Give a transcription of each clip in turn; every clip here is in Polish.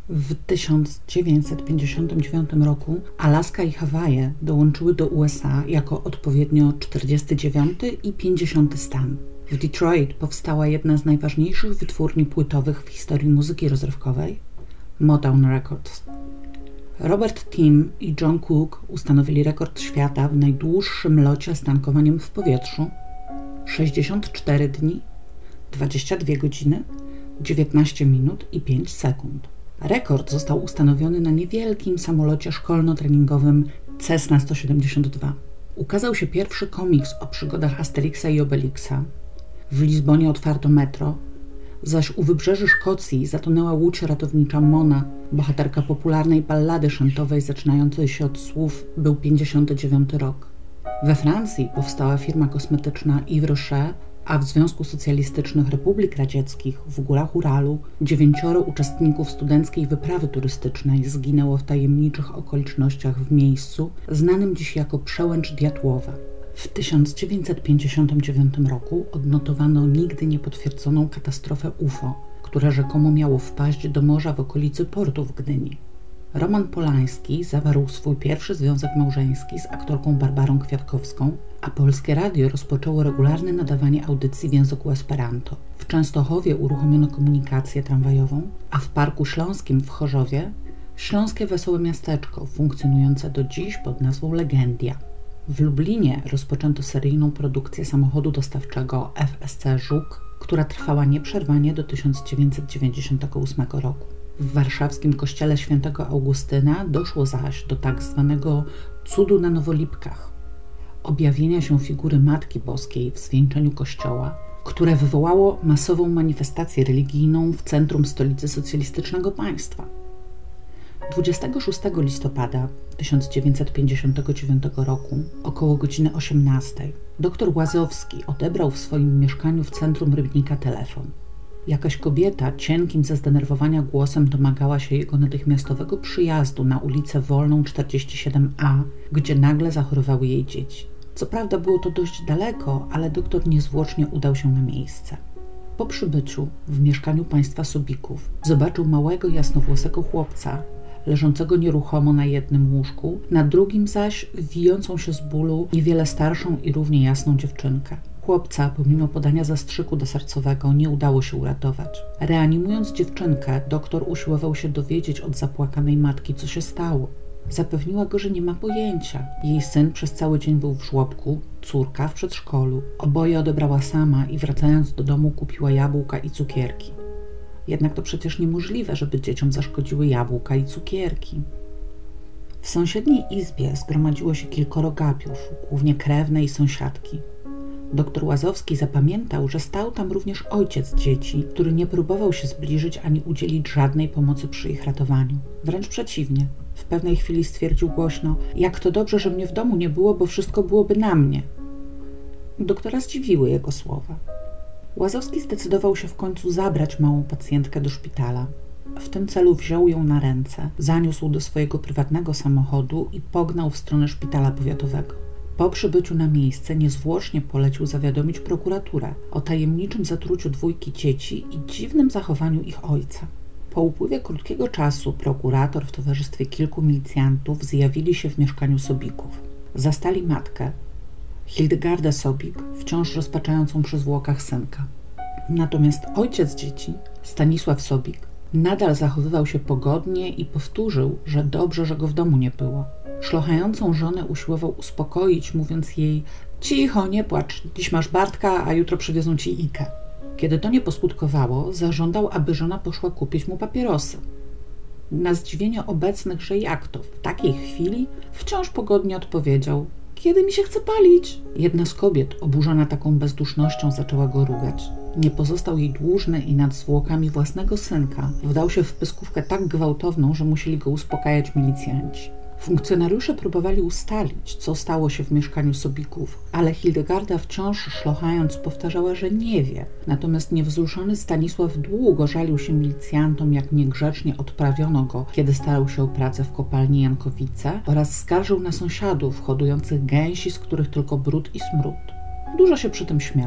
W 1959 roku Alaska i Hawaje dołączyły do USA jako odpowiednio 49 i 50 stan. W Detroit powstała jedna z najważniejszych wytwórni płytowych w historii muzyki rozrywkowej – Motown Records. Robert Tim i John Cook ustanowili rekord świata w najdłuższym locie z tankowaniem w powietrzu – 64 dni, 22 godziny, 19 minut i 5 sekund. Rekord został ustanowiony na niewielkim samolocie szkolno-treningowym Cessna 172. Ukazał się pierwszy komiks o przygodach Asterixa i Obelixa. W Lizbonie otwarto metro, zaś u wybrzeży Szkocji zatonęła łódź ratownicza Mona, bohaterka popularnej ballady szantowej zaczynającej się od słów „Był 59 rok”. We Francji powstała firma kosmetyczna Yves Rocher, a w Związku Socjalistycznych Republik Radzieckich w górach Uralu 9 uczestników studenckiej wyprawy turystycznej zginęło w tajemniczych okolicznościach w miejscu znanym dziś jako Przełęcz Diatłowa. W 1959 roku odnotowano nigdy niepotwierdzoną katastrofę UFO, które rzekomo miało wpaść do morza w okolicy portu w Gdyni. Roman Polański zawarł swój pierwszy związek małżeński z aktorką Barbarą Kwiatkowską, a Polskie Radio rozpoczęło regularne nadawanie audycji w języku esperanto. W Częstochowie uruchomiono komunikację tramwajową, a w Parku Śląskim w Chorzowie Śląskie Wesołe Miasteczko, funkcjonujące do dziś pod nazwą Legendia. W Lublinie rozpoczęto seryjną produkcję samochodu dostawczego FSC Żuk, która trwała nieprzerwanie do 1998 roku. W warszawskim kościele świętego Augustyna doszło zaś do tak zwanego cudu na Nowolipkach, objawienia się figury Matki Boskiej w zwieńczeniu kościoła, które wywołało masową manifestację religijną w centrum stolicy socjalistycznego państwa. 26 listopada 1959 roku, około godziny 18, dr Łazowski odebrał w swoim mieszkaniu w centrum Rybnika telefon. Jakaś kobieta cienkim ze zdenerwowania głosem domagała się jego natychmiastowego przyjazdu na ulicę Wolną 47A, gdzie nagle zachorowały jej dzieci. Co prawda było to dość daleko, ale doktor niezwłocznie udał się na miejsce. Po przybyciu w mieszkaniu państwa Sobików zobaczył małego jasnowłosego chłopca, leżącego nieruchomo na jednym łóżku, na drugim zaś wijącą się z bólu niewiele starszą i równie jasną dziewczynkę. Chłopca, pomimo podania zastrzyku sercowego, nie udało się uratować. Reanimując dziewczynkę, doktor usiłował się dowiedzieć od zapłakanej matki, co się stało. Zapewniła go, że nie ma pojęcia. Jej syn przez cały dzień był w żłobku, córka w przedszkolu. Oboje odebrała sama i wracając do domu kupiła jabłka i cukierki. Jednak to przecież niemożliwe, żeby dzieciom zaszkodziły jabłka i cukierki. W sąsiedniej izbie zgromadziło się kilkoro gapiów, głównie krewne i sąsiadki. Doktor Łazowski zapamiętał, że stał tam również ojciec dzieci, który nie próbował się zbliżyć ani udzielić żadnej pomocy przy ich ratowaniu. Wręcz przeciwnie. W pewnej chwili stwierdził głośno: jak to dobrze, że mnie w domu nie było, bo wszystko byłoby na mnie. Doktora zdziwiły jego słowa. Łazowski zdecydował się w końcu zabrać małą pacjentkę do szpitala. W tym celu wziął ją na ręce, zaniósł do swojego prywatnego samochodu i pognał w stronę szpitala powiatowego. Po przybyciu na miejsce niezwłocznie polecił zawiadomić prokuraturę o tajemniczym zatruciu dwójki dzieci i dziwnym zachowaniu ich ojca. Po upływie krótkiego czasu prokurator w towarzystwie kilku milicjantów zjawili się w mieszkaniu Sobików. Zastali matkę, Hildegardę Sobik, wciąż rozpaczającą przy zwłokach synka. Natomiast ojciec dzieci, Stanisław Sobik, nadal zachowywał się pogodnie i powtórzył, że dobrze, że go w domu nie było. Szlochającą żonę usiłował uspokoić, mówiąc jej: cicho, nie płacz, dziś masz Bartka, a jutro przywiozą ci Ikę. Kiedy to nie poskutkowało, zażądał, aby żona poszła kupić mu papierosy. Na zdziwienie obecnych, że jak to, w takiej chwili, wciąż pogodnie odpowiedział: kiedy mi się chce palić? Jedna z kobiet, oburzona taką bezdusznością, zaczęła go rugać. Nie pozostał jej dłużny i nad zwłokami własnego synka wdał się w pyskówkę tak gwałtowną, że musieli go uspokajać milicjanci. Funkcjonariusze próbowali ustalić, co stało się w mieszkaniu Sobików, ale Hildegarda wciąż szlochając powtarzała, że nie wie. Natomiast niewzruszony Stanisław długo żalił się milicjantom, jak niegrzecznie odprawiono go, kiedy starał się o pracę w kopalni Jankowice, oraz skarżył na sąsiadów hodujących gęsi, z których tylko brud i smród. Dużo się przy tym śmiał.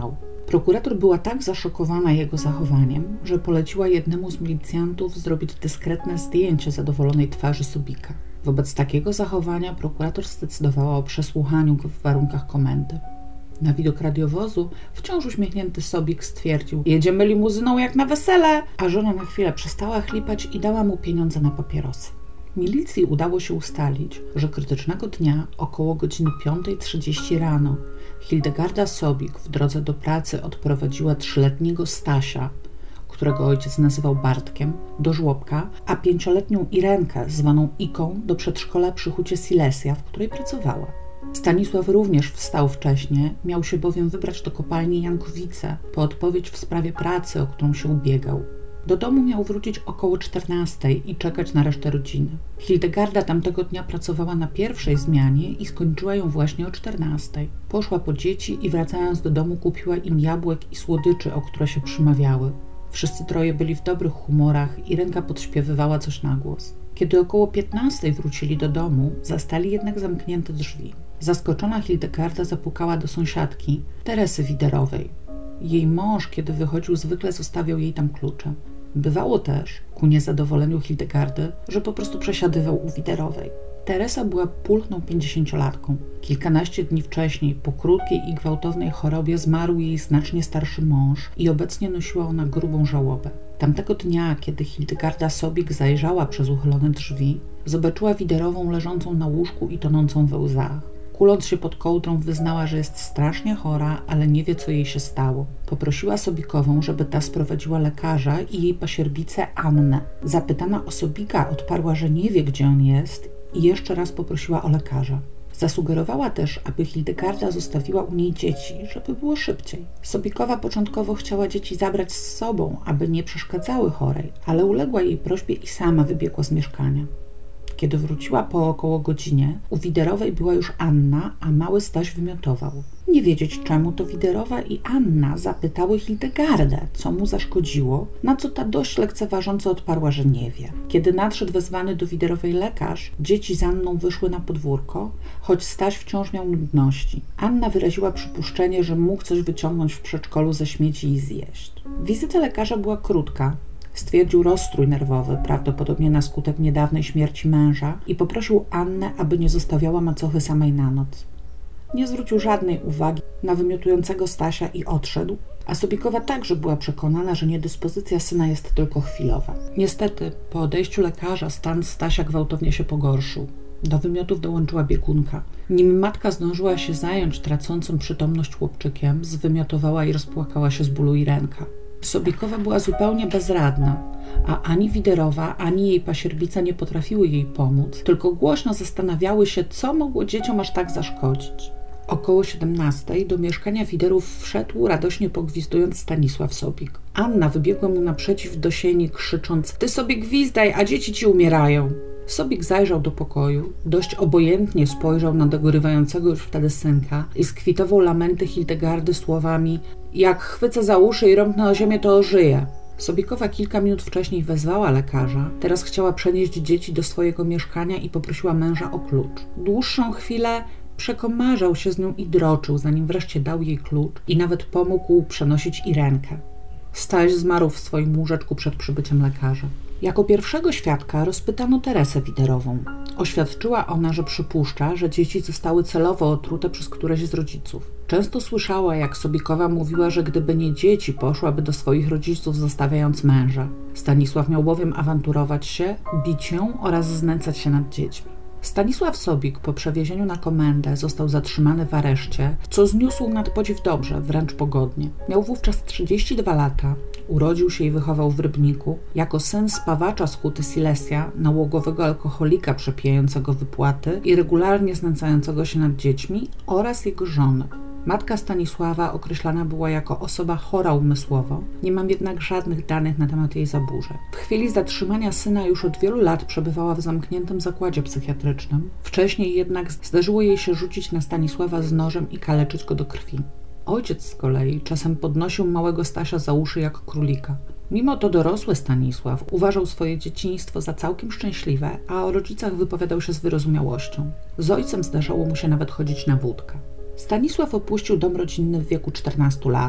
Prokurator była tak zaszokowana jego zachowaniem, że poleciła jednemu z milicjantów zrobić dyskretne zdjęcie zadowolonej twarzy Sobika. Wobec takiego zachowania prokurator zdecydowała o przesłuchaniu go w warunkach komendy. Na widok radiowozu wciąż uśmiechnięty Sobik stwierdził: jedziemy limuzyną jak na wesele, a żona na chwilę przestała chlipać i dała mu pieniądze na papierosy. Milicji udało się ustalić, że krytycznego dnia około godziny 5:30 rano Hildegarda Sobik w drodze do pracy odprowadziła 3-letniego Stasia, którego ojciec nazywał Bartkiem, do żłobka, a 5-letnią Irenkę, zwaną Iką, do przedszkola przy hucie Silesia, w której pracowała. Stanisław również wstał wcześnie, miał się bowiem wybrać do kopalni Jankowice po odpowiedź w sprawie pracy, o którą się ubiegał. Do domu miał wrócić około 14 i czekać na resztę rodziny. Hildegarda tamtego dnia pracowała na pierwszej zmianie i skończyła ją właśnie o 14. Poszła po dzieci i wracając do domu kupiła im jabłek i słodyczy, o które się przymawiały. Wszyscy troje byli w dobrych humorach i Irenka podśpiewywała coś na głos. Kiedy około 15 wrócili do domu, zastali jednak zamknięte drzwi. Zaskoczona Hildegarda zapukała do sąsiadki, Teresy Widerowej. Jej mąż, kiedy wychodził, zwykle zostawiał jej tam klucze. Bywało też, ku niezadowoleniu Hildegardy, że po prostu przesiadywał u Widerowej. Teresa była pulchną 50-latką. Kilkanaście dni wcześniej, po krótkiej i gwałtownej chorobie, zmarł jej znacznie starszy mąż i obecnie nosiła ona grubą żałobę. Tamtego dnia, kiedy Hildegarda Sobik zajrzała przez uchylone drzwi, zobaczyła Widerową leżącą na łóżku i tonącą we łzach. Kuląc się pod kołdrą, wyznała, że jest strasznie chora, ale nie wie, co jej się stało. Poprosiła Sobikową, żeby ta sprowadziła lekarza i jej pasierbicę Annę. Zapytana o Sobika, odparła, że nie wie, gdzie on jest i jeszcze raz poprosiła o lekarza. Zasugerowała też, aby Hildegarda zostawiła u niej dzieci, żeby było szybciej. Sobikowa początkowo chciała dzieci zabrać z sobą, aby nie przeszkadzały chorej, ale uległa jej prośbie i sama wybiegła z mieszkania. Kiedy wróciła po około godzinie, u Widerowej była już Anna, a mały Staś wymiotował. Nie wiedzieć czemu, to Widerowa i Anna zapytały Hildegardę, co mu zaszkodziło, na co ta dość lekceważąco odparła, że nie wie. Kiedy nadszedł wezwany do Widerowej lekarz, dzieci z Anną wyszły na podwórko, choć Staś wciąż miał nudności. Anna wyraziła przypuszczenie, że mógł coś wyciągnąć w przedszkolu ze śmieci i zjeść. Wizyta lekarza była krótka. Stwierdził rozstrój nerwowy, prawdopodobnie na skutek niedawnej śmierci męża, i poprosił Annę, aby nie zostawiała macochy samej na noc. Nie zwrócił żadnej uwagi na wymiotującego Stasia i odszedł, a Sobikowa także była przekonana, że niedyspozycja syna jest tylko chwilowa. Niestety, po odejściu lekarza stan Stasia gwałtownie się pogorszył. Do wymiotów dołączyła biegunka. Nim matka zdążyła się zająć tracącym przytomność chłopczykiem, zwymiotowała i rozpłakała się z bólu Irenka. Sobikowa była zupełnie bezradna, a ani Widerowa, ani jej pasierbica nie potrafiły jej pomóc, tylko głośno zastanawiały się, co mogło dzieciom aż tak zaszkodzić. Około 17 do mieszkania Widerów wszedł, radośnie pogwizdując, Stanisław Sobik. Anna wybiegła mu naprzeciw do sieni, krzycząc: ty sobie gwizdaj, a dzieci ci umierają. Sobik zajrzał do pokoju, dość obojętnie spojrzał na dogorywającego już wtedy synka i skwitował lamenty Hildegardy słowami: jak chwycę za uszy i rąbnę o ziemię, to ożyję. Sobikowa kilka minut wcześniej wezwała lekarza, teraz chciała przenieść dzieci do swojego mieszkania i poprosiła męża o klucz. Dłuższą chwilę przekomarzał się z nią i droczył, zanim wreszcie dał jej klucz i nawet pomógł przenosić Irenkę. Staś zmarł w swoim łóżeczku przed przybyciem lekarza. Jako pierwszego świadka rozpytano Teresę Widerową. Oświadczyła ona, że przypuszcza, że dzieci zostały celowo otrute przez któreś z rodziców. Często słyszała, jak Sobikowa mówiła, że gdyby nie dzieci, poszłaby do swoich rodziców, zostawiając męża. Stanisław miał bowiem awanturować się, bić ją oraz znęcać się nad dziećmi. Stanisław Sobik po przewiezieniu na komendę został zatrzymany w areszcie, co zniósł nad podziw dobrze, wręcz pogodnie. Miał wówczas 32 lata, urodził się i wychował w Rybniku, jako syn spawacza z huty Silesia, nałogowego alkoholika przepijającego wypłaty i regularnie znęcającego się nad dziećmi, oraz jego żony. Matka Stanisława określana była jako osoba chora umysłowo, nie mam jednak żadnych danych na temat jej zaburzeń. W chwili zatrzymania syna już od wielu lat przebywała w zamkniętym zakładzie psychiatrycznym. Wcześniej jednak zdarzyło jej się rzucić na Stanisława z nożem i kaleczyć go do krwi. Ojciec z kolei czasem podnosił małego Stasia za uszy jak królika. Mimo to dorosły Stanisław uważał swoje dzieciństwo za całkiem szczęśliwe, a o rodzicach wypowiadał się z wyrozumiałością. Z ojcem zdarzało mu się nawet chodzić na wódkę. Stanisław opuścił dom rodzinny w wieku 14 lat.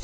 w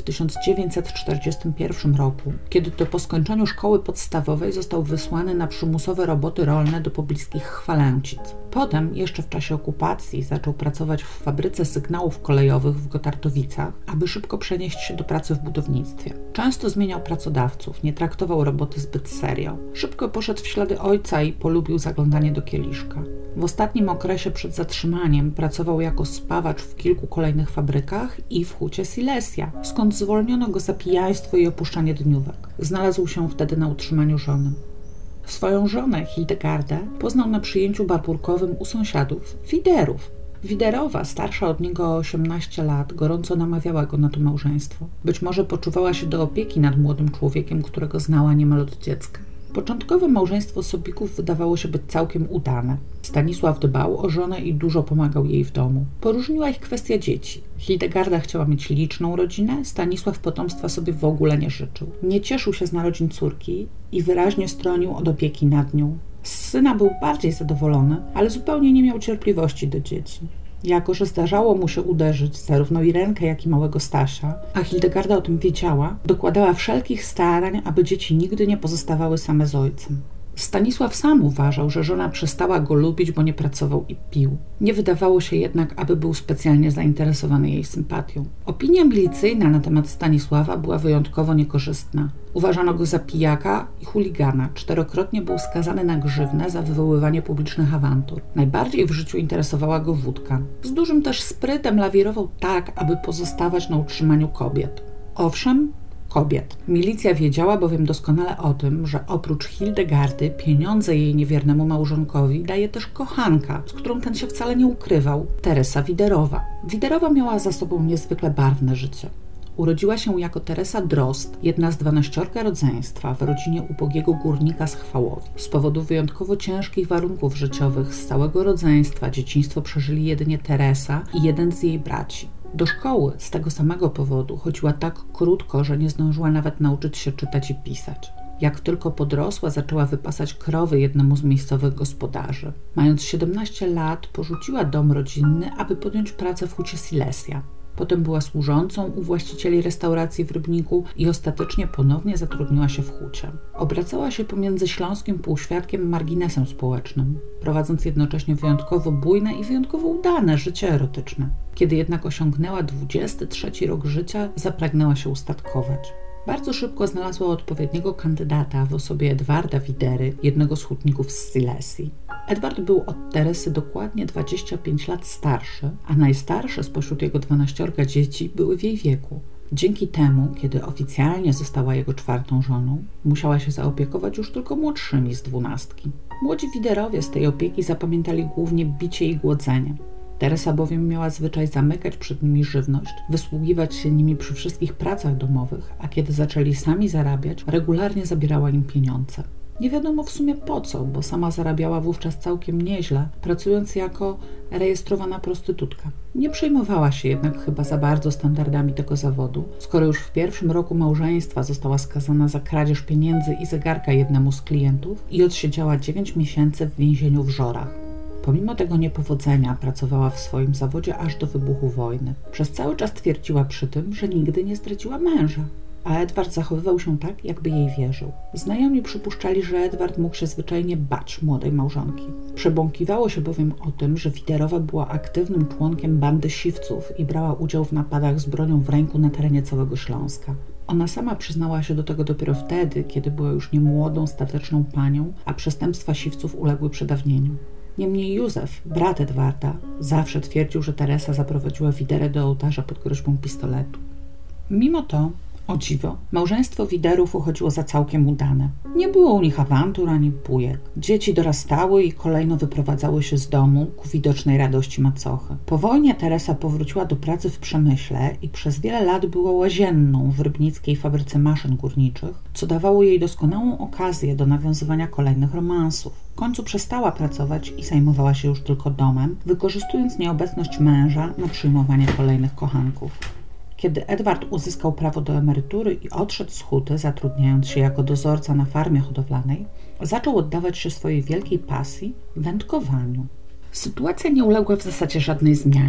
1941 roku, kiedy to po skończeniu szkoły podstawowej został wysłany na przymusowe roboty rolne do pobliskich Chwalęcic. Potem, jeszcze w czasie okupacji, zaczął pracować w fabryce sygnałów kolejowych w Gotartowicach, aby szybko przenieść się do pracy w budownictwie. Często zmieniał pracodawców, nie traktował roboty zbyt serio. Szybko poszedł w ślady ojca i polubił zaglądanie do kieliszka. W ostatnim okresie przed zatrzymaniem pracował jako spawacz w kilku kolejnych fabrykach i w hucie Silesia, skąd zwolniono go za pijaństwo i opuszczanie dniówek. Znalazł się wtedy na utrzymaniu żony. Swoją żonę, Hildegardę, poznał na przyjęciu barburkowym u sąsiadów, Widerów. Widerowa, starsza od niego o 18 lat, gorąco namawiała go na to małżeństwo. Być może poczuwała się do opieki nad młodym człowiekiem, którego znała niemal od dziecka. Początkowe małżeństwo Sobików wydawało się być całkiem udane. Stanisław dbał o żonę i dużo pomagał jej w domu. Poróżniła ich kwestia dzieci. Hildegarda chciała mieć liczną rodzinę, Stanisław potomstwa sobie w ogóle nie życzył. Nie cieszył się z narodzin córki i wyraźnie stronił od opieki nad nią. Z syna był bardziej zadowolony, ale zupełnie nie miał cierpliwości do dzieci. Jako że zdarzało mu się uderzyć zarówno Irenkę, jak i małego Stasia, a Hildegarda o tym wiedziała, dokładała wszelkich starań, aby dzieci nigdy nie pozostawały same z ojcem. Stanisław sam uważał, że żona przestała go lubić, bo nie pracował i pił. Nie wydawało się jednak, aby był specjalnie zainteresowany jej sympatią. Opinia milicyjna na temat Stanisława była wyjątkowo niekorzystna. Uważano go za pijaka i chuligana. 4-krotnie był skazany na grzywnę za wywoływanie publicznych awantur. Najbardziej w życiu interesowała go wódka. Z dużym też sprytem lawirował tak, aby pozostawać na utrzymaniu kobiet. Owszem, kobiet. Milicja wiedziała bowiem doskonale o tym, że oprócz Hildegardy pieniądze jej niewiernemu małżonkowi daje też kochanka, z którą ten się wcale nie ukrywał, Teresa Widerowa. Widerowa miała za sobą niezwykle barwne życie. Urodziła się jako Teresa Drozd, jedna z 12 rodzeństwa w rodzinie ubogiego górnika z Chwałowi. Z powodu wyjątkowo ciężkich warunków życiowych z całego rodzeństwa dzieciństwo przeżyli jedynie Teresa i jeden z jej braci. Do szkoły z tego samego powodu chodziła tak krótko, że nie zdążyła nawet nauczyć się czytać i pisać. Jak tylko podrosła, zaczęła wypasać krowy jednemu z miejscowych gospodarzy. Mając 17 lat, porzuciła dom rodzinny, aby podjąć pracę w hucie Silesia. Potem była służącą u właścicieli restauracji w Rybniku i ostatecznie ponownie zatrudniła się w hucie. Obracała się pomiędzy śląskim półświadkiem marginesem społecznym, prowadząc jednocześnie wyjątkowo bujne i wyjątkowo udane życie erotyczne. Kiedy jednak osiągnęła 23 rok życia, zapragnęła się ustatkować. Bardzo szybko znalazła odpowiedniego kandydata w osobie Edwarda Widery, jednego z hutników z Silesii. Edward był od Teresy dokładnie 25 lat starszy, a najstarsze spośród jego 12 dzieci były w jej wieku. Dzięki temu, kiedy oficjalnie została jego 4. żoną, musiała się zaopiekować już tylko młodszymi z 12. Młodzi Widerowie z tej opieki zapamiętali głównie bicie i głodzenie. Teresa bowiem miała zwyczaj zamykać przed nimi żywność, wysługiwać się nimi przy wszystkich pracach domowych, a kiedy zaczęli sami zarabiać, regularnie zabierała im pieniądze. Nie wiadomo w sumie po co, bo sama zarabiała wówczas całkiem nieźle, pracując jako rejestrowana prostytutka. Nie przejmowała się jednak chyba za bardzo standardami tego zawodu, skoro już w 1. roku małżeństwa została skazana za kradzież pieniędzy i zegarka jednemu z klientów i odsiedziała 9 miesięcy w więzieniu w Żorach. Pomimo tego niepowodzenia pracowała w swoim zawodzie aż do wybuchu wojny. Przez cały czas twierdziła przy tym, że nigdy nie zdradziła męża. A Edward zachowywał się tak, jakby jej wierzył. Znajomi przypuszczali, że Edward mógł się zwyczajnie bać młodej małżonki. Przebąkiwało się bowiem o tym, że Widerowa była aktywnym członkiem bandy siwców i brała udział w napadach z bronią w ręku na terenie całego Śląska. Ona sama przyznała się do tego dopiero wtedy, kiedy była już niemłodą, stateczną panią, a przestępstwa siwców uległy przedawnieniu. Niemniej Józef, brat Edwarda, zawsze twierdził, że Teresa zaprowadziła Widerę do ołtarza pod groźbą pistoletu. Mimo to, o dziwo, małżeństwo Widerów uchodziło za całkiem udane. Nie było u nich awantur ani bujek. Dzieci dorastały i kolejno wyprowadzały się z domu ku widocznej radości macochy. Po wojnie Teresa powróciła do pracy w przemyśle i przez wiele lat była łazienną w rybnickiej fabryce maszyn górniczych, co dawało jej doskonałą okazję do nawiązywania kolejnych romansów. W końcu przestała pracować i zajmowała się już tylko domem, wykorzystując nieobecność męża na przyjmowanie kolejnych kochanków. Kiedy Edward uzyskał prawo do emerytury i odszedł z huty, zatrudniając się jako dozorca na farmie hodowlanej, zaczął oddawać się swojej wielkiej pasji – wędkowaniu. Sytuacja nie uległa w zasadzie żadnej zmianie.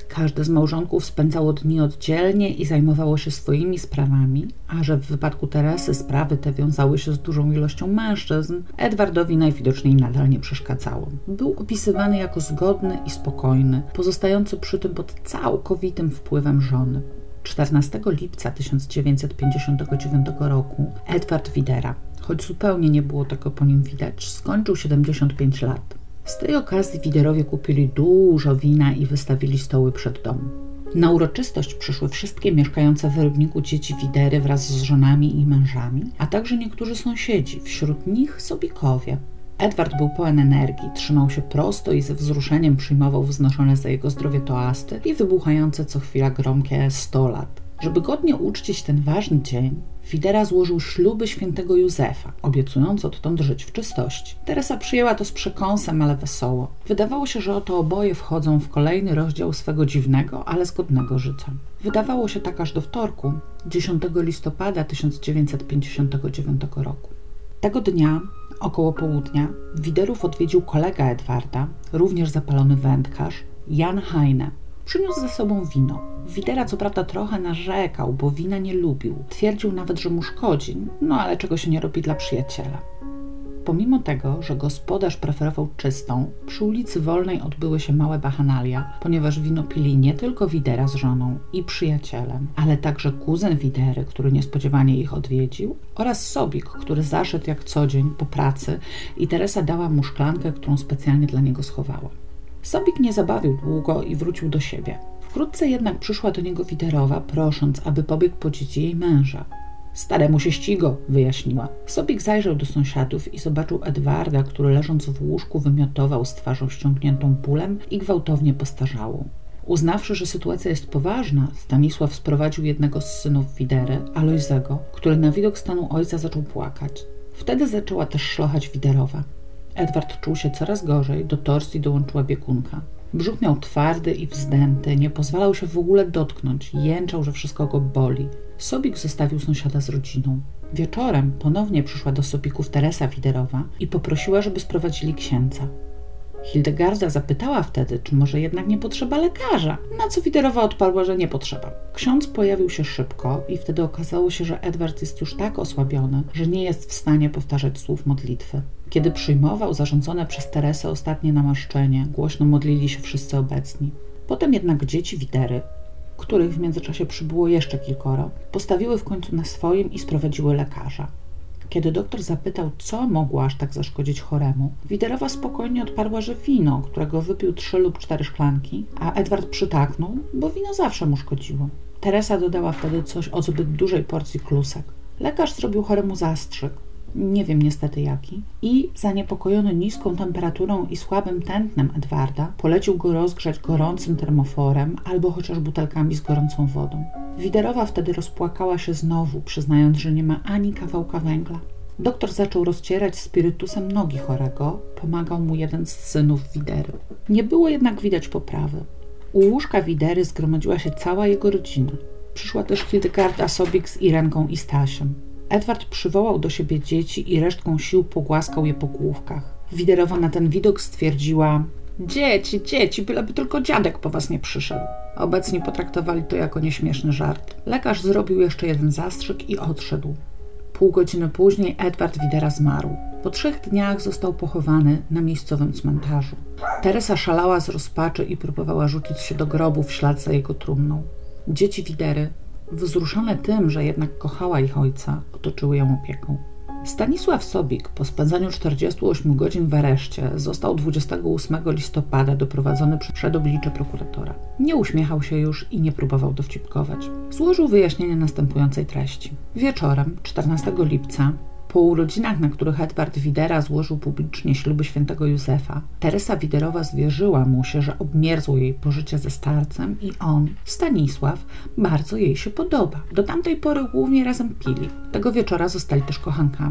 Każdy z małżonków spędzało dni oddzielnie i zajmowało się swoimi sprawami, a że w wypadku Teresy sprawy te wiązały się z dużą ilością mężczyzn, Edwardowi najwidoczniej nadal nie przeszkadzało. Był opisywany jako zgodny i spokojny, pozostający przy tym pod całkowitym wpływem żony. 14 lipca 1959 roku Edward Widera, choć zupełnie nie było tego po nim widać, skończył 75 lat. Z tej okazji Widerowie kupili dużo wina i wystawili stoły przed domem. Na uroczystość przyszły wszystkie mieszkające w Rybniku dzieci Widery wraz z żonami i mężami, a także niektórzy sąsiedzi, wśród nich Sobikowie. Edward był pełen energii, trzymał się prosto i ze wzruszeniem przyjmował wznoszone za jego zdrowie toasty i wybuchające co chwila gromkie 100 lat. Żeby godnie uczcić ten ważny dzień, Widera złożył śluby świętego Józefa, obiecując odtąd żyć w czystości. Teresa przyjęła to z przekąsem, ale wesoło. Wydawało się, że oto oboje wchodzą w kolejny rozdział swego dziwnego, ale zgodnego życia. Wydawało się tak aż do wtorku, 10 listopada 1959 roku. Tego dnia, około południa, Widerów odwiedził kolega Edwarda, również zapalony wędkarz, Jan Heine. Przyniósł ze sobą wino. Widera co prawda trochę narzekał, bo wina nie lubił. Twierdził nawet, że mu szkodzi, no ale czego się nie robi dla przyjaciela. Pomimo tego, że gospodarz preferował czystą, przy ulicy Wolnej odbyły się małe bachanalia, ponieważ wino pili nie tylko Widera z żoną i przyjacielem, ale także kuzyn Widery, który niespodziewanie ich odwiedził, oraz Sobik, który zaszedł jak co dzień po pracy i Teresa dała mu szklankę, którą specjalnie dla niego schowała. Sobik nie zabawił długo i wrócił do siebie. Wkrótce jednak przyszła do niego Widerowa, prosząc, aby pobiegł po dzieci jej męża. Staremu się ścigo, wyjaśniła. Sobik zajrzał do sąsiadów i zobaczył Edwarda, który leżąc w łóżku wymiotował z twarzą ściągniętą bólem i gwałtownie postarzałą. Uznawszy, że sytuacja jest poważna, Stanisław sprowadził jednego z synów Widery, Alojzego, który na widok stanu ojca zaczął płakać. Wtedy zaczęła też szlochać Widerowa. Edward czuł się coraz gorzej, do torsji dołączyła biegunka. Brzuch miał twardy i wzdęty, nie pozwalał się w ogóle dotknąć, jęczał, że wszystko go boli. Sobik zostawił sąsiada z rodziną. Wieczorem ponownie przyszła do Sobików Teresa Widerowa i poprosiła, żeby sprowadzili księdza. Hildegarda zapytała wtedy, czy może jednak nie potrzeba lekarza, na co Widerowa odparła, że nie potrzeba. Ksiądz pojawił się szybko i wtedy okazało się, że Edward jest już tak osłabiony, że nie jest w stanie powtarzać słów modlitwy. Kiedy przyjmował zarządzone przez Teresę ostatnie namaszczenie, głośno modlili się wszyscy obecni. Potem jednak dzieci Widery, których w międzyczasie przybyło jeszcze kilkoro, postawiły w końcu na swoim i sprowadziły lekarza. Kiedy doktor zapytał, co mogło aż tak zaszkodzić choremu, Widerowa spokojnie odparła, że wino, którego wypił 3 lub 4 szklanki, a Edward przytaknął, bo wino zawsze mu szkodziło. Teresa dodała wtedy coś o zbyt dużej porcji klusek. Lekarz zrobił choremu zastrzyk, nie wiem niestety jaki, i zaniepokojony niską temperaturą i słabym tętnem Edwarda polecił go rozgrzać gorącym termoforem albo chociaż butelkami z gorącą wodą. Widerowa wtedy rozpłakała się znowu, przyznając, że nie ma ani kawałka węgla. Doktor zaczął rozcierać spirytusem nogi chorego, pomagał mu jeden z synów Widery. Nie było jednak widać poprawy. U łóżka Widery zgromadziła się cała jego rodzina. Przyszła też Hildegarda Sobik z Irenką i Stasiem. Edward przywołał do siebie dzieci i resztką sił pogłaskał je po główkach. Widerowa na ten widok stwierdziła: dzieci, byleby tylko dziadek po was nie przyszedł. Obecni potraktowali to jako nieśmieszny żart. Lekarz zrobił jeszcze jeden zastrzyk i odszedł. Pół godziny później Edward Widera zmarł. Po 3 dniach został pochowany na miejscowym cmentarzu. Teresa szalała z rozpaczy i próbowała rzucić się do grobu w ślad za jego trumną. Dzieci Widery, wzruszone tym, że jednak kochała ich ojca, otoczyły ją opieką. Stanisław Sobik po spędzaniu 48 godzin w areszcie został 28 listopada doprowadzony przed oblicze prokuratora. Nie uśmiechał się już i nie próbował dowcipkować. Złożył wyjaśnienie następującej treści. Wieczorem, 14 lipca, po urodzinach, na których Edward Widera złożył publicznie śluby świętego Józefa, Teresa Widerowa zwierzyła mu się, że obmierzło jej pożycie ze starcem i on, Stanisław, bardzo jej się podoba. Do tamtej pory głównie razem pili. Tego wieczora zostali też kochankami.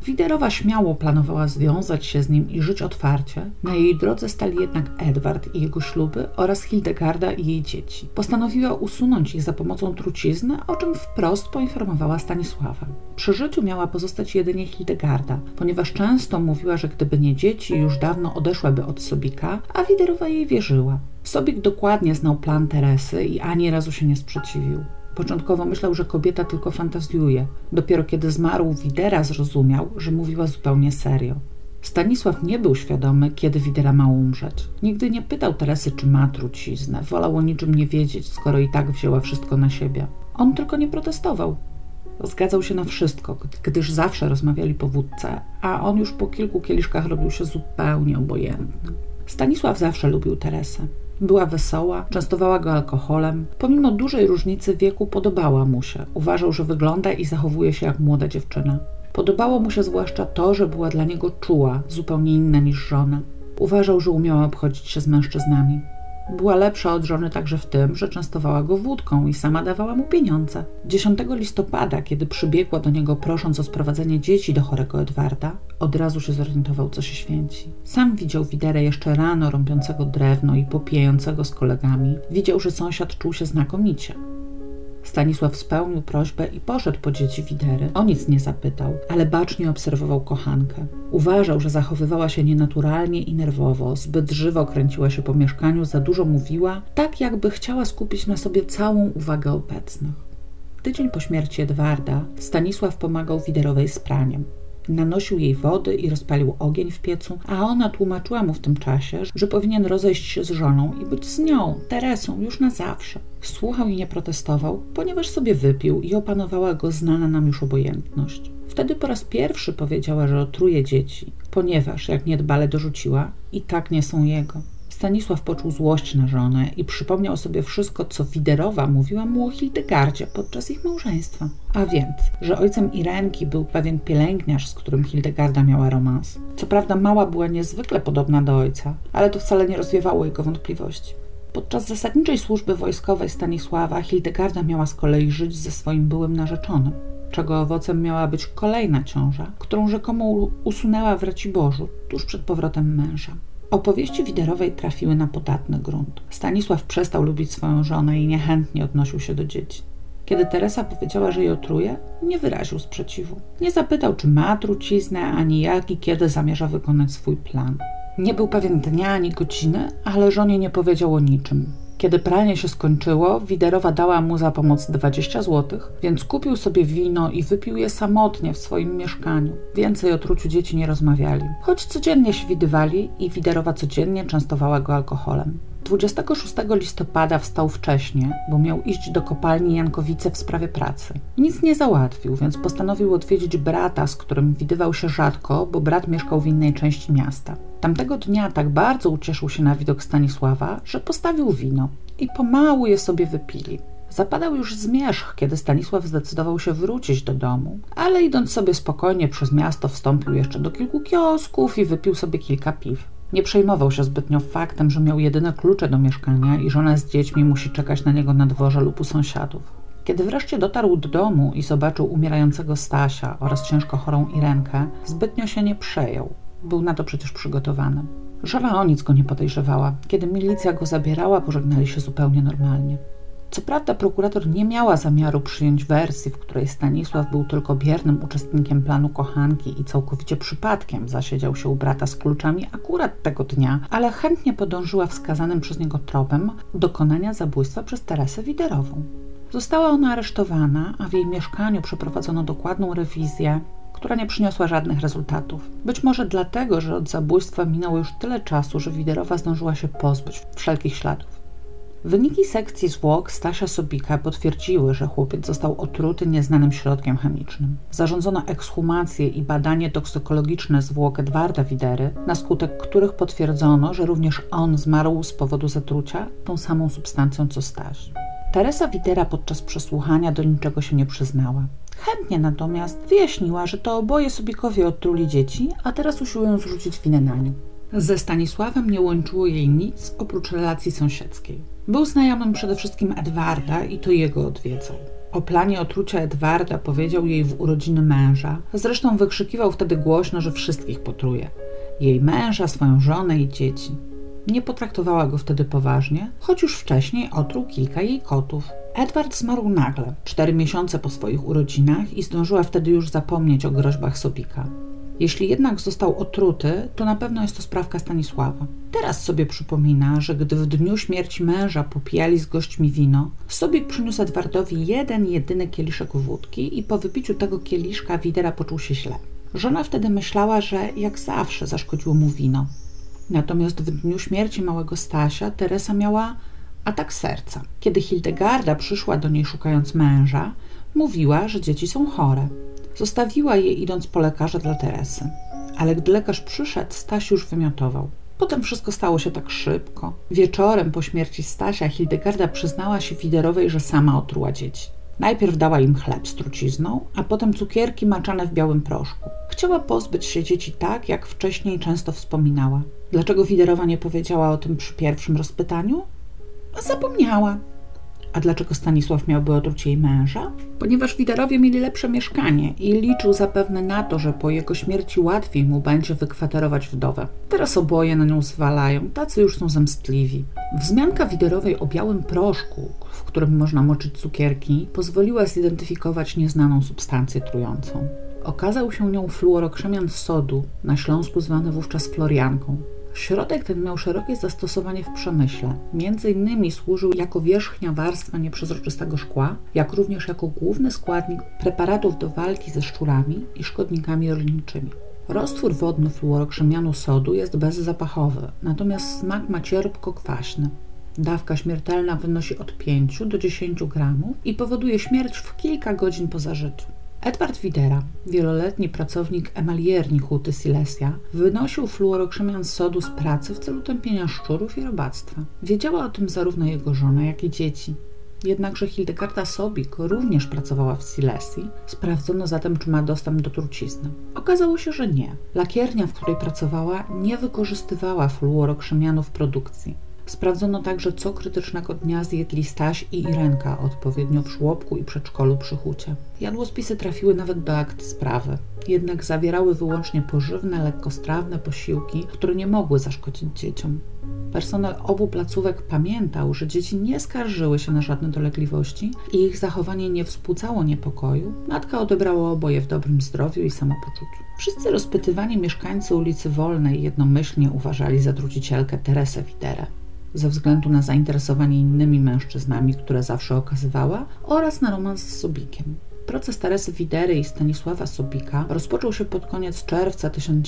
Widerowa śmiało planowała związać się z nim i żyć otwarcie. Na jej drodze stali jednak Edward i jego śluby oraz Hildegarda i jej dzieci. Postanowiła usunąć ich za pomocą trucizny, o czym wprost poinformowała Stanisława. Przy życiu miała pozostać jedynie Hildegarda, ponieważ często mówiła, że gdyby nie dzieci, już dawno odeszłaby od Sobika, a Widerowa jej wierzyła. Sobik dokładnie znał plan Teresy i ani razu się nie sprzeciwił. Początkowo myślał, że kobieta tylko fantazjuje. Dopiero kiedy zmarł Widera, zrozumiał, że mówiła zupełnie serio. Stanisław nie był świadomy, kiedy Widera ma umrzeć. Nigdy nie pytał Teresy, czy ma truciznę. Wolał o niczym nie wiedzieć, skoro i tak wzięła wszystko na siebie. On tylko nie protestował. Zgadzał się na wszystko, gdyż zawsze rozmawiali po wódce, a on już po kilku kieliszkach robił się zupełnie obojętny. Stanisław zawsze lubił Teresę. Była wesoła, częstowała go alkoholem. Pomimo dużej różnicy wieku podobała mu się. Uważał, że wygląda i zachowuje się jak młoda dziewczyna. Podobało mu się zwłaszcza to, że była dla niego czuła, zupełnie inna niż żona. Uważał, że umiała obchodzić się z mężczyznami. Była lepsza od żony także w tym, że częstowała go wódką i sama dawała mu pieniądze. 10 listopada, kiedy przybiegła do niego prosząc o sprowadzenie dzieci do chorego Edwarda, od razu się zorientował, co się święci. Sam widział Widerę jeszcze rano rąbiącego drewno i popijającego z kolegami. Widział, że sąsiad czuł się znakomicie. Stanisław spełnił prośbę i poszedł po dzieci Widery. O nic nie zapytał, ale bacznie obserwował kochankę. Uważał, że zachowywała się nienaturalnie i nerwowo, zbyt żywo kręciła się po mieszkaniu, za dużo mówiła, tak jakby chciała skupić na sobie całą uwagę obecnych. Tydzień po śmierci Edwarda Stanisław pomagał Widerowej z praniem. Nanosił jej wody i rozpalił ogień w piecu, a ona tłumaczyła mu w tym czasie, że powinien rozejść się z żoną i być z nią, Teresą, już na zawsze. Słuchał i nie protestował, ponieważ sobie wypił i opanowała go znana nam już obojętność. Wtedy po raz pierwszy powiedziała, że otruje dzieci, ponieważ, jak niedbale dorzuciła, i tak nie są jego. Stanisław poczuł złość na żonę i przypomniał sobie wszystko, co Widerowa mówiła mu o Hildegardzie podczas ich małżeństwa. A więc, że ojcem Irenki był pewien pielęgniarz, z którym Hildegarda miała romans. Co prawda mała była niezwykle podobna do ojca, ale to wcale nie rozwiewało jego wątpliwości. Podczas zasadniczej służby wojskowej Stanisława Hildegarda miała z kolei żyć ze swoim byłym narzeczonym, czego owocem miała być kolejna ciąża, którą rzekomo usunęła w Raciborzu tuż przed powrotem męża. Opowieści Widerowej trafiły na podatny grunt. Stanisław przestał lubić swoją żonę i niechętnie odnosił się do dzieci. Kiedy Teresa powiedziała, że jej otruje, nie wyraził sprzeciwu. Nie zapytał, czy ma truciznę, ani jak i kiedy zamierza wykonać swój plan. Nie był pewien dnia ani godziny, ale żonie nie powiedział o niczym. Kiedy pranie się skończyło, Widerowa dała mu za pomoc 20 zł, więc kupił sobie wino i wypił je samotnie w swoim mieszkaniu. Więcej o truciu dzieci nie rozmawiali, choć codziennie się widywali i Widerowa codziennie częstowała go alkoholem. 26 listopada wstał wcześnie, bo miał iść do kopalni Jankowice w sprawie pracy. Nic nie załatwił, więc postanowił odwiedzić brata, z którym widywał się rzadko, bo brat mieszkał w innej części miasta. Tamtego dnia tak bardzo ucieszył się na widok Stanisława, że postawił wino i pomału je sobie wypili. Zapadał już zmierzch, kiedy Stanisław zdecydował się wrócić do domu, ale idąc sobie spokojnie przez miasto wstąpił jeszcze do kilku kiosków i wypił sobie kilka piw. Nie przejmował się zbytnio faktem, że miał jedyne klucze do mieszkania i żona z dziećmi musi czekać na niego na dworze lub u sąsiadów. Kiedy wreszcie dotarł do domu i zobaczył umierającego Stasia oraz ciężko chorą Irenkę, zbytnio się nie przejął. Był na to przecież przygotowany. Żona o nic go nie podejrzewała. Kiedy milicja go zabierała, pożegnali się zupełnie normalnie. Co prawda prokurator nie miała zamiaru przyjąć wersji, w której Stanisław był tylko biernym uczestnikiem planu kochanki i całkowicie przypadkiem zasiedział się u brata z kluczami akurat tego dnia, ale chętnie podążyła wskazanym przez niego tropem dokonania zabójstwa przez Teresę Widerową. Została ona aresztowana, a w jej mieszkaniu przeprowadzono dokładną rewizję, która nie przyniosła żadnych rezultatów. Być może dlatego, że od zabójstwa minęło już tyle czasu, że Widerowa zdążyła się pozbyć wszelkich śladów. Wyniki sekcji zwłok Stasia Sobika potwierdziły, że chłopiec został otruty nieznanym środkiem chemicznym. Zarządzono ekshumację i badanie toksykologiczne zwłok Edwarda Widery, na skutek których potwierdzono, że również on zmarł z powodu zatrucia tą samą substancją co Staś. Teresa Widera podczas przesłuchania do niczego się nie przyznała. Chętnie natomiast wyjaśniła, że to oboje Sobikowie otruli dzieci, a teraz usiłują zrzucić winę na nią. Ze Stanisławem nie łączyło jej nic oprócz relacji sąsiedzkiej. Był znajomym przede wszystkim Edwarda i to jego odwiedzał. O planie otrucia Edwarda powiedział jej w urodziny męża. Zresztą wykrzykiwał wtedy głośno, że wszystkich potruje. Jej męża, swoją żonę i dzieci. Nie potraktowała go wtedy poważnie, choć już wcześniej otruł kilka jej kotów. Edward zmarł nagle, 4 miesiące po swoich urodzinach i zdążyła wtedy już zapomnieć o groźbach Sobika. Jeśli jednak został otruty, to na pewno jest to sprawka Stanisława. Teraz sobie przypomina, że gdy w dniu śmierci męża popijali z gośćmi wino, Sobik przyniósł Edwardowi jedyny kieliszek wódki i po wypiciu tego kieliszka Widera poczuł się źle. Żona wtedy myślała, że jak zawsze zaszkodziło mu wino. Natomiast w dniu śmierci małego Stasia Teresa miała atak serca. Kiedy Hildegarda przyszła do niej szukając męża, mówiła, że dzieci są chore. Zostawiła je idąc po lekarza dla Teresy. Ale gdy lekarz przyszedł, Staś już wymiotował. Potem wszystko stało się tak szybko. Wieczorem po śmierci Stasia Hildegarda przyznała się Widerowej, że sama otruła dzieci. Najpierw dała im chleb z trucizną, a potem cukierki maczane w białym proszku. Chciała pozbyć się dzieci tak, jak wcześniej często wspominała. Dlaczego Widerowa nie powiedziała o tym przy pierwszym rozpytaniu? Zapomniała. A dlaczego Stanisław miałby otruć jej męża? Ponieważ Widerowie mieli lepsze mieszkanie i liczył zapewne na to, że po jego śmierci łatwiej mu będzie wykwaterować wdowę. Teraz oboje na nią zwalają, tacy już są zemstliwi. Wzmianka Widerowej o białym proszku, w którym można moczyć cukierki, pozwoliła zidentyfikować nieznaną substancję trującą. Okazał się nią fluorokrzemian z sodu, na Śląsku zwany wówczas florianką. Środek ten miał szerokie zastosowanie w przemyśle. Między innymi służył jako wierzchnia warstwa nieprzezroczystego szkła, jak również jako główny składnik preparatów do walki ze szczurami i szkodnikami rolniczymi. Roztwór wodny fluorokrzemianu sodu jest bezzapachowy, natomiast smak ma cierpko-kwaśny. Dawka śmiertelna wynosi od 5 do 10 gramów i powoduje śmierć w kilka godzin po zażyciu. Edward Widera, wieloletni pracownik emalierni Huty Silesia, wynosił fluorokrzemian sodu z pracy w celu tępienia szczurów i robactwa. Wiedziała o tym zarówno jego żona, jak i dzieci. Jednakże Hildegarda Sobik również pracowała w Silesii. Sprawdzono zatem, czy ma dostęp do trucizny. Okazało się, że nie. Lakiernia, w której pracowała, nie wykorzystywała fluorokrzemianu w produkcji. Sprawdzono także, co krytycznego dnia zjedli Staś i Irenka, odpowiednio w żłobku i przedszkolu przy Hucie. Jadłospisy trafiły nawet do akt sprawy, jednak zawierały wyłącznie pożywne, lekkostrawne posiłki, które nie mogły zaszkodzić dzieciom. Personel obu placówek pamiętał, że dzieci nie skarżyły się na żadne dolegliwości i ich zachowanie nie wzbudzało niepokoju. Matka odebrała oboje w dobrym zdrowiu i samopoczuciu. Wszyscy rozpytywani mieszkańcy ulicy Wolnej jednomyślnie uważali za trucicielkę Teresę Widerę. Ze względu na zainteresowanie innymi mężczyznami, które zawsze okazywała, oraz na romans z Sobikiem. Proces Teresy Widery i Stanisława Sobika rozpoczął się pod koniec czerwca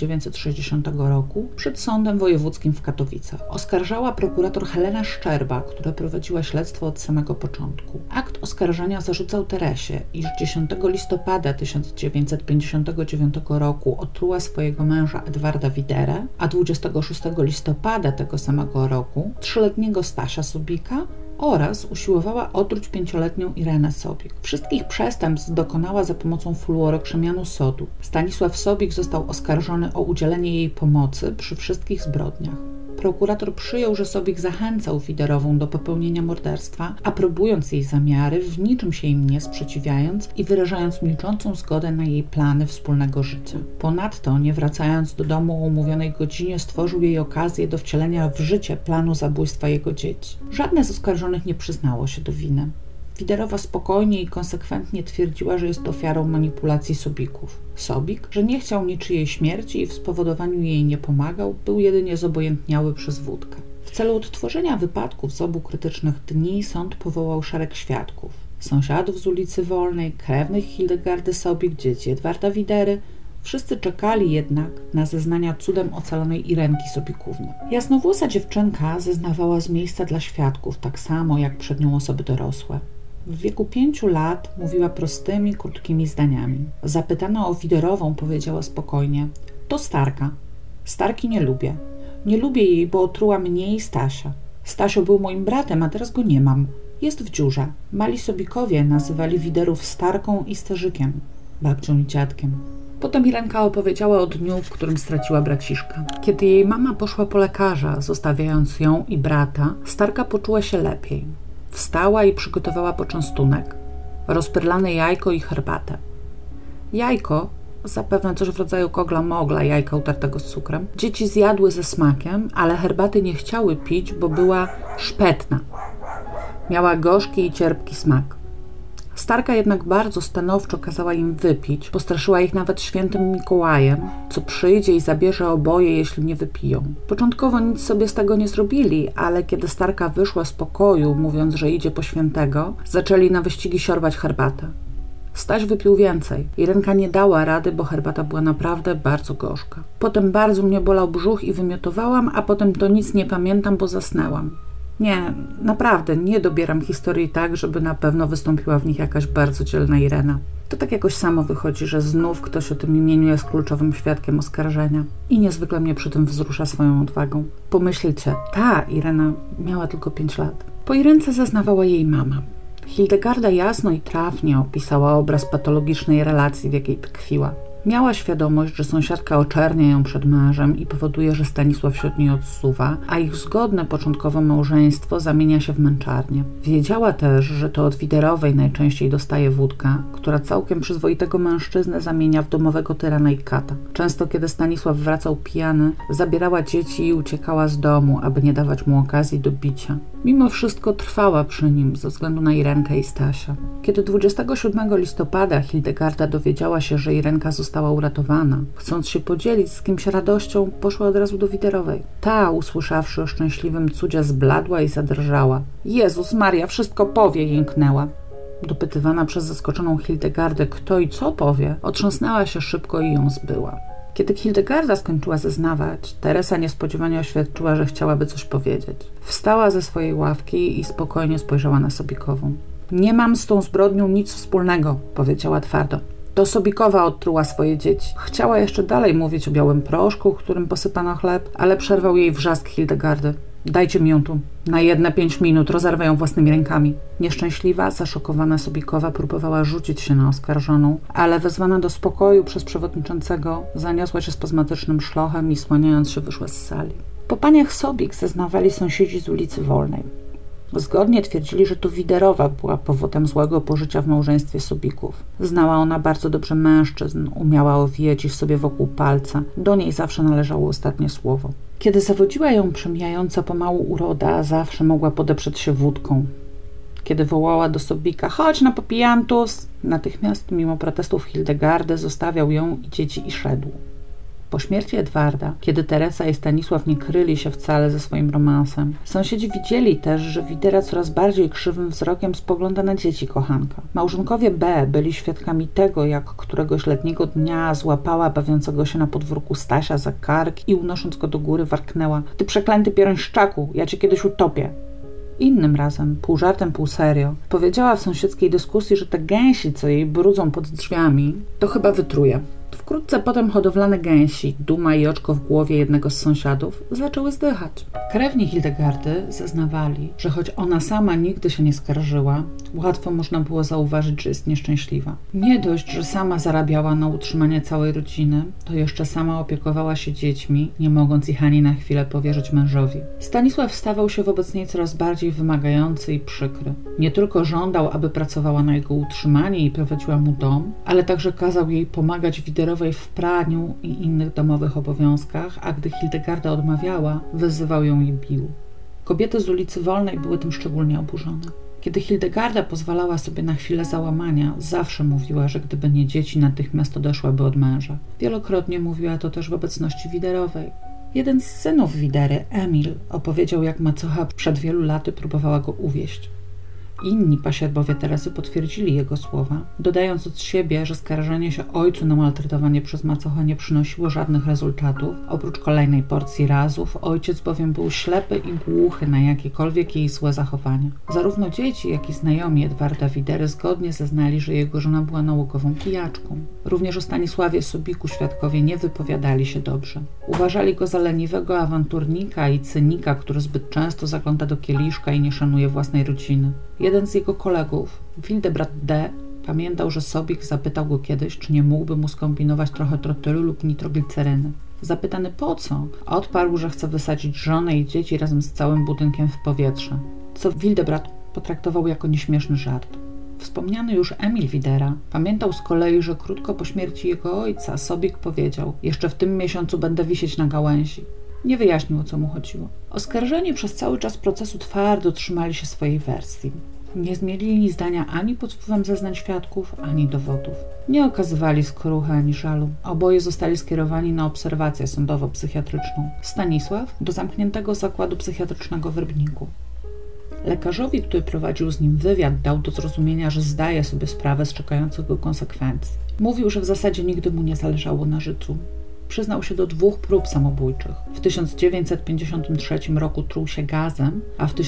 1960 roku przed Sądem Wojewódzkim w Katowicach. Oskarżała prokurator Helena Szczerba, która prowadziła śledztwo od samego początku. Akt oskarżenia zarzucał Teresie, iż 10 listopada 1959 roku otruła swojego męża Edwarda Widerę, a 26 listopada tego samego roku 3-letniego Stasia Sobika oraz usiłowała otruć 5-letnią Irenę Sobik. Wszystkich przestępstw dokonała za pomocą fluorokrzemianu sodu. Stanisław Sobik został oskarżony o udzielenie jej pomocy przy wszystkich zbrodniach. Prokurator przyjął, że Sobik zachęcał Widerową do popełnienia morderstwa, aprobując jej zamiary, w niczym się im nie sprzeciwiając i wyrażając milczącą zgodę na jej plany wspólnego życia. Ponadto, nie wracając do domu o umówionej godzinie, stworzył jej okazję do wcielenia w życie planu zabójstwa jego dzieci. Żadne z oskarżonych nie przyznało się do winy. Widerowa spokojnie i konsekwentnie twierdziła, że jest ofiarą manipulacji Sobików. Sobik, że nie chciał niczyjej śmierci i w spowodowaniu jej nie pomagał, był jedynie zobojętniały przez wódkę. W celu odtworzenia wypadków z obu krytycznych dni sąd powołał szereg świadków. Sąsiadów z ulicy Wolnej, krewnych Hildegardy Sobik, dzieci Edwarda Widery. Wszyscy czekali jednak na zeznania cudem ocalonej Irenki Sobikówny. Jasnowłosa dziewczynka zeznawała z miejsca dla świadków, tak samo jak przed nią osoby dorosłe. W wieku 5 lat mówiła prostymi, krótkimi zdaniami. Zapytana o Widerową, powiedziała spokojnie: to Starka. Starki nie lubię. Nie lubię jej, bo otruła mnie i Stasia. Stasio był moim bratem, a teraz go nie mam. Jest w dziurze. Mali Sobikowie nazywali Widerów Starką i Starzykiem, babcią i dziadkiem. Potem Irenka opowiedziała o dniu, w którym straciła braciszka. Kiedy jej mama poszła po lekarza, zostawiając ją i brata, Starka poczuła się lepiej. Wstała i przygotowała poczęstunek. rozpyrlane jajko i herbatę. Jajko, zapewne coś w rodzaju kogla-mogla, jajka utartego z cukrem, dzieci zjadły ze smakiem, ale herbaty nie chciały pić, bo była szpetna. Miała gorzki i cierpki smak. Starka jednak bardzo stanowczo kazała im wypić, postraszyła ich nawet świętym Mikołajem, co przyjdzie i zabierze oboje, jeśli nie wypiją. Początkowo nic sobie z tego nie zrobili, ale kiedy Starka wyszła z pokoju, mówiąc, że idzie po świętego, zaczęli na wyścigi siorbać herbatę. Staś wypił więcej. Irenka nie dała rady, bo herbata była naprawdę bardzo gorzka. Potem bardzo mnie bolał brzuch i wymiotowałam, a potem to nic nie pamiętam, bo zasnęłam. Nie, naprawdę, nie dobieram historii tak, żeby na pewno wystąpiła w nich jakaś bardzo dzielna Irena. To tak jakoś samo wychodzi, że znów ktoś o tym imieniu jest kluczowym świadkiem oskarżenia. I niezwykle mnie przy tym wzrusza swoją odwagą. Pomyślcie, ta Irena miała tylko 5 lat. Po Irence zeznawała jej mama. Hildegarda jasno i trafnie opisała obraz patologicznej relacji, w jakiej tkwiła. Miała świadomość, że sąsiadka oczernia ją przed mężem i powoduje, że Stanisław się od niej odsuwa, a ich zgodne początkowo małżeństwo zamienia się w męczarnię. Wiedziała też, że to od Widerowej najczęściej dostaje wódka, która całkiem przyzwoitego mężczyznę zamienia w domowego tyrana i kata. Często, kiedy Stanisław wracał pijany, zabierała dzieci i uciekała z domu, aby nie dawać mu okazji do bicia. Mimo wszystko trwała przy nim ze względu na Irenkę i Stasia. Kiedy 27 listopada Hildegarda dowiedziała się, że Irenka została uratowana, chcąc się podzielić z kimś radością, poszła od razu do Widerowej. Ta, usłyszawszy o szczęśliwym cudzie, zbladła i zadrżała. Jezus Maria, wszystko powie, jęknęła. Dopytywana przez zaskoczoną Hildegardę, kto i co powie, otrząsnęła się szybko i ją zbyła. Kiedy Hildegarda skończyła zeznawać, Teresa niespodziewanie oświadczyła, że chciałaby coś powiedzieć. Wstała ze swojej ławki i spokojnie spojrzała na Sobikową. Nie mam z tą zbrodnią nic wspólnego, powiedziała twardo. To Sobikowa odtruła swoje dzieci. Chciała jeszcze dalej mówić o białym proszku, którym posypano chleb, ale przerwał jej wrzask Hildegardy. Dajcie mi ją tu. Na jedne 5 minut rozerwę ją własnymi rękami. Nieszczęśliwa, zaszokowana Sobikowa próbowała rzucić się na oskarżoną, ale wezwana do spokoju przez przewodniczącego zaniosła się spazmatycznym szlochem i słaniając się wyszła z sali. Po paniach Sobik zeznawali sąsiedzi z ulicy Wolnej. Zgodnie twierdzili, że to Widerowa była powodem złego pożycia w małżeństwie Sobików. Znała ona bardzo dobrze mężczyzn, umiała owijać ich sobie wokół palca. Do niej zawsze należało ostatnie słowo. Kiedy zawodziła ją przemijająca pomału uroda, zawsze mogła podeprzeć się wódką. Kiedy wołała do Sobika, chodź na popijantus, natychmiast, mimo protestów Hildegardy, zostawiał ją i dzieci i szedł. Po śmierci Edwarda, kiedy Teresa i Stanisław nie kryli się wcale ze swoim romansem, sąsiedzi widzieli też, że Widera coraz bardziej krzywym wzrokiem spogląda na dzieci kochanka. Małżonkowie B byli świadkami tego, jak któregoś letniego dnia złapała bawiącego się na podwórku Stasia za kark i unosząc go do góry warknęła: ty przeklęty pierońszczaku, ja cię kiedyś utopię. Innym razem, pół żartem, pół serio, powiedziała w sąsiedzkiej dyskusji, że te gęsi, co jej brudzą pod drzwiami, to chyba wytruje. Wkrótce potem hodowlane gęsi, duma i oczko w głowie jednego z sąsiadów, zaczęły zdychać. Krewni Hildegardy zeznawali, że choć ona sama nigdy się nie skarżyła, łatwo można było zauważyć, że jest nieszczęśliwa. Nie dość, że sama zarabiała na utrzymanie całej rodziny, to jeszcze sama opiekowała się dziećmi, nie mogąc ich ani na chwilę powierzyć mężowi. Stanisław stawał się wobec niej coraz bardziej wymagający i przykry. Nie tylko żądał, aby pracowała na jego utrzymanie i prowadziła mu dom, ale także kazał jej pomagać Widerowej w praniu i innych domowych obowiązkach, a gdy Hildegarda odmawiała, wyzywał ją i bił. Kobiety z ulicy Wolnej były tym szczególnie oburzone. Kiedy Hildegarda pozwalała sobie na chwilę załamania, zawsze mówiła, że gdyby nie dzieci, natychmiast odeszłaby od męża. Wielokrotnie mówiła to też w obecności Widerowej. Jeden z synów Widery, Emil, opowiedział, jak macocha przed wielu laty próbowała go uwieść. Inni pasierbowie Teresy potwierdzili jego słowa, dodając od siebie, że skarżenie się ojcu na maltretowanie przez macochę nie przynosiło żadnych rezultatów. Oprócz kolejnej porcji razów, ojciec bowiem był ślepy i głuchy na jakiekolwiek jej złe zachowania. Zarówno dzieci, jak i znajomi Edwarda Widery zgodnie zeznali, że jego żona była nałogową pijaczką. Również o Stanisławie Sobiku świadkowie nie wypowiadali się dobrze. Uważali go za leniwego awanturnika i cynika, który zbyt często zagląda do kieliszka i nie szanuje własnej rodziny. Jeden z jego kolegów, Wildebrat D., pamiętał, że Sobik zapytał go kiedyś, czy nie mógłby mu skombinować trochę trotylu lub nitrogliceryny. Zapytany po co, odparł, że chce wysadzić żonę i dzieci razem z całym budynkiem w powietrze, co Wildebrat potraktował jako nieśmieszny żart. Wspomniany już Emil Widera pamiętał z kolei, że krótko po śmierci jego ojca Sobik powiedział: jeszcze w tym miesiącu będę wisieć na gałęzi. Nie wyjaśnił, o co mu chodziło. Oskarżeni przez cały czas procesu twardo trzymali się swojej wersji. Nie zmienili zdania ani pod wpływem zeznań świadków, ani dowodów. Nie okazywali skruchy ani żalu. Oboje zostali skierowani na obserwację sądowo-psychiatryczną. Stanisław do zamkniętego zakładu psychiatrycznego w Rybniku. Lekarzowi, który prowadził z nim wywiad, dał do zrozumienia, że zdaje sobie sprawę z czekających go konsekwencji. Mówił, że w zasadzie nigdy mu nie zależało na życiu. Przyznał się do 2 prób samobójczych. W 1953 roku truł się gazem, a w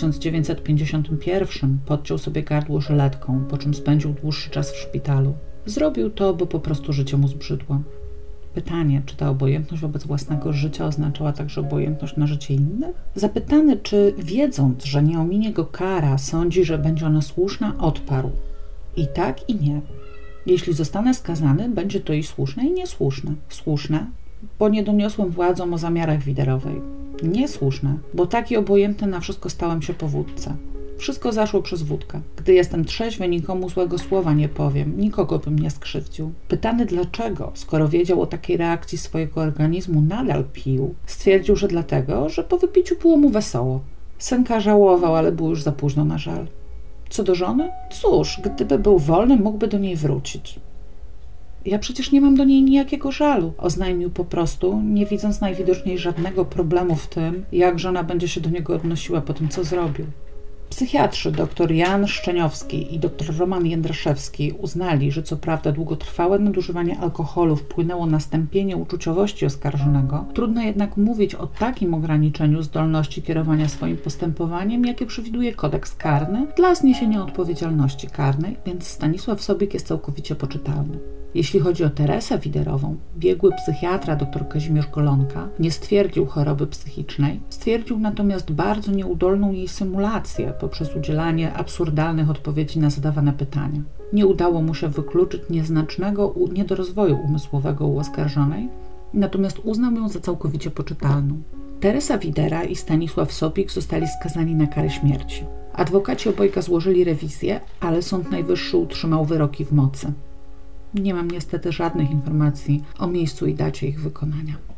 1951 podciął sobie gardło żyletką, po czym spędził dłuższy czas w szpitalu. Zrobił to, bo po prostu życie mu zbrzydło. Pytanie, czy ta obojętność wobec własnego życia oznaczała także obojętność na życie innych? Zapytany, czy wiedząc, że nie ominie go kara, sądzi, że będzie ona słuszna, odparł: i tak, i nie. Jeśli zostanę skazany, będzie to i słuszne, i niesłuszne. Słuszne, bo nie doniosłem władzom o zamiarach Widerowej. Niesłuszne, bo taki obojętny na wszystko stałem się po wódce. Wszystko zaszło przez wódkę. Gdy jestem trzeźwy, nikomu złego słowa nie powiem, nikogo bym nie skrzywdził. Pytany dlaczego, skoro wiedział o takiej reakcji swojego organizmu, nadal pił, stwierdził, że dlatego, że po wypiciu było mu wesoło. Synka żałował, ale było już za późno na żal. Co do żony? Cóż, gdyby był wolny, mógłby do niej wrócić. Ja przecież nie mam do niej nijakiego żalu, oznajmił po prostu, nie widząc najwidoczniej żadnego problemu w tym, jak żona będzie się do niego odnosiła po tym, co zrobił. Psychiatrzy dr Jan Szczeniowski i dr Roman Jędraszewski uznali, że co prawda długotrwałe nadużywanie alkoholu wpłynęło na stępienie uczuciowości oskarżonego, trudno jednak mówić o takim ograniczeniu zdolności kierowania swoim postępowaniem, jakie przewiduje kodeks karny dla zniesienia odpowiedzialności karnej, więc Stanisław Sobik jest całkowicie poczytalny. Jeśli chodzi o Teresę Widerową, biegły psychiatra dr Kazimierz Golonka nie stwierdził choroby psychicznej, stwierdził natomiast bardzo nieudolną jej symulację poprzez udzielanie absurdalnych odpowiedzi na zadawane pytania. Nie udało mu się wykluczyć nieznacznego niedorozwoju umysłowego u oskarżonej, natomiast uznał ją za całkowicie poczytalną. Teresa Widera i Stanisław Sobik zostali skazani na karę śmierci. Adwokaci obojga złożyli rewizję, ale Sąd Najwyższy utrzymał wyroki w mocy. Nie mam niestety żadnych informacji o miejscu i dacie ich wykonania.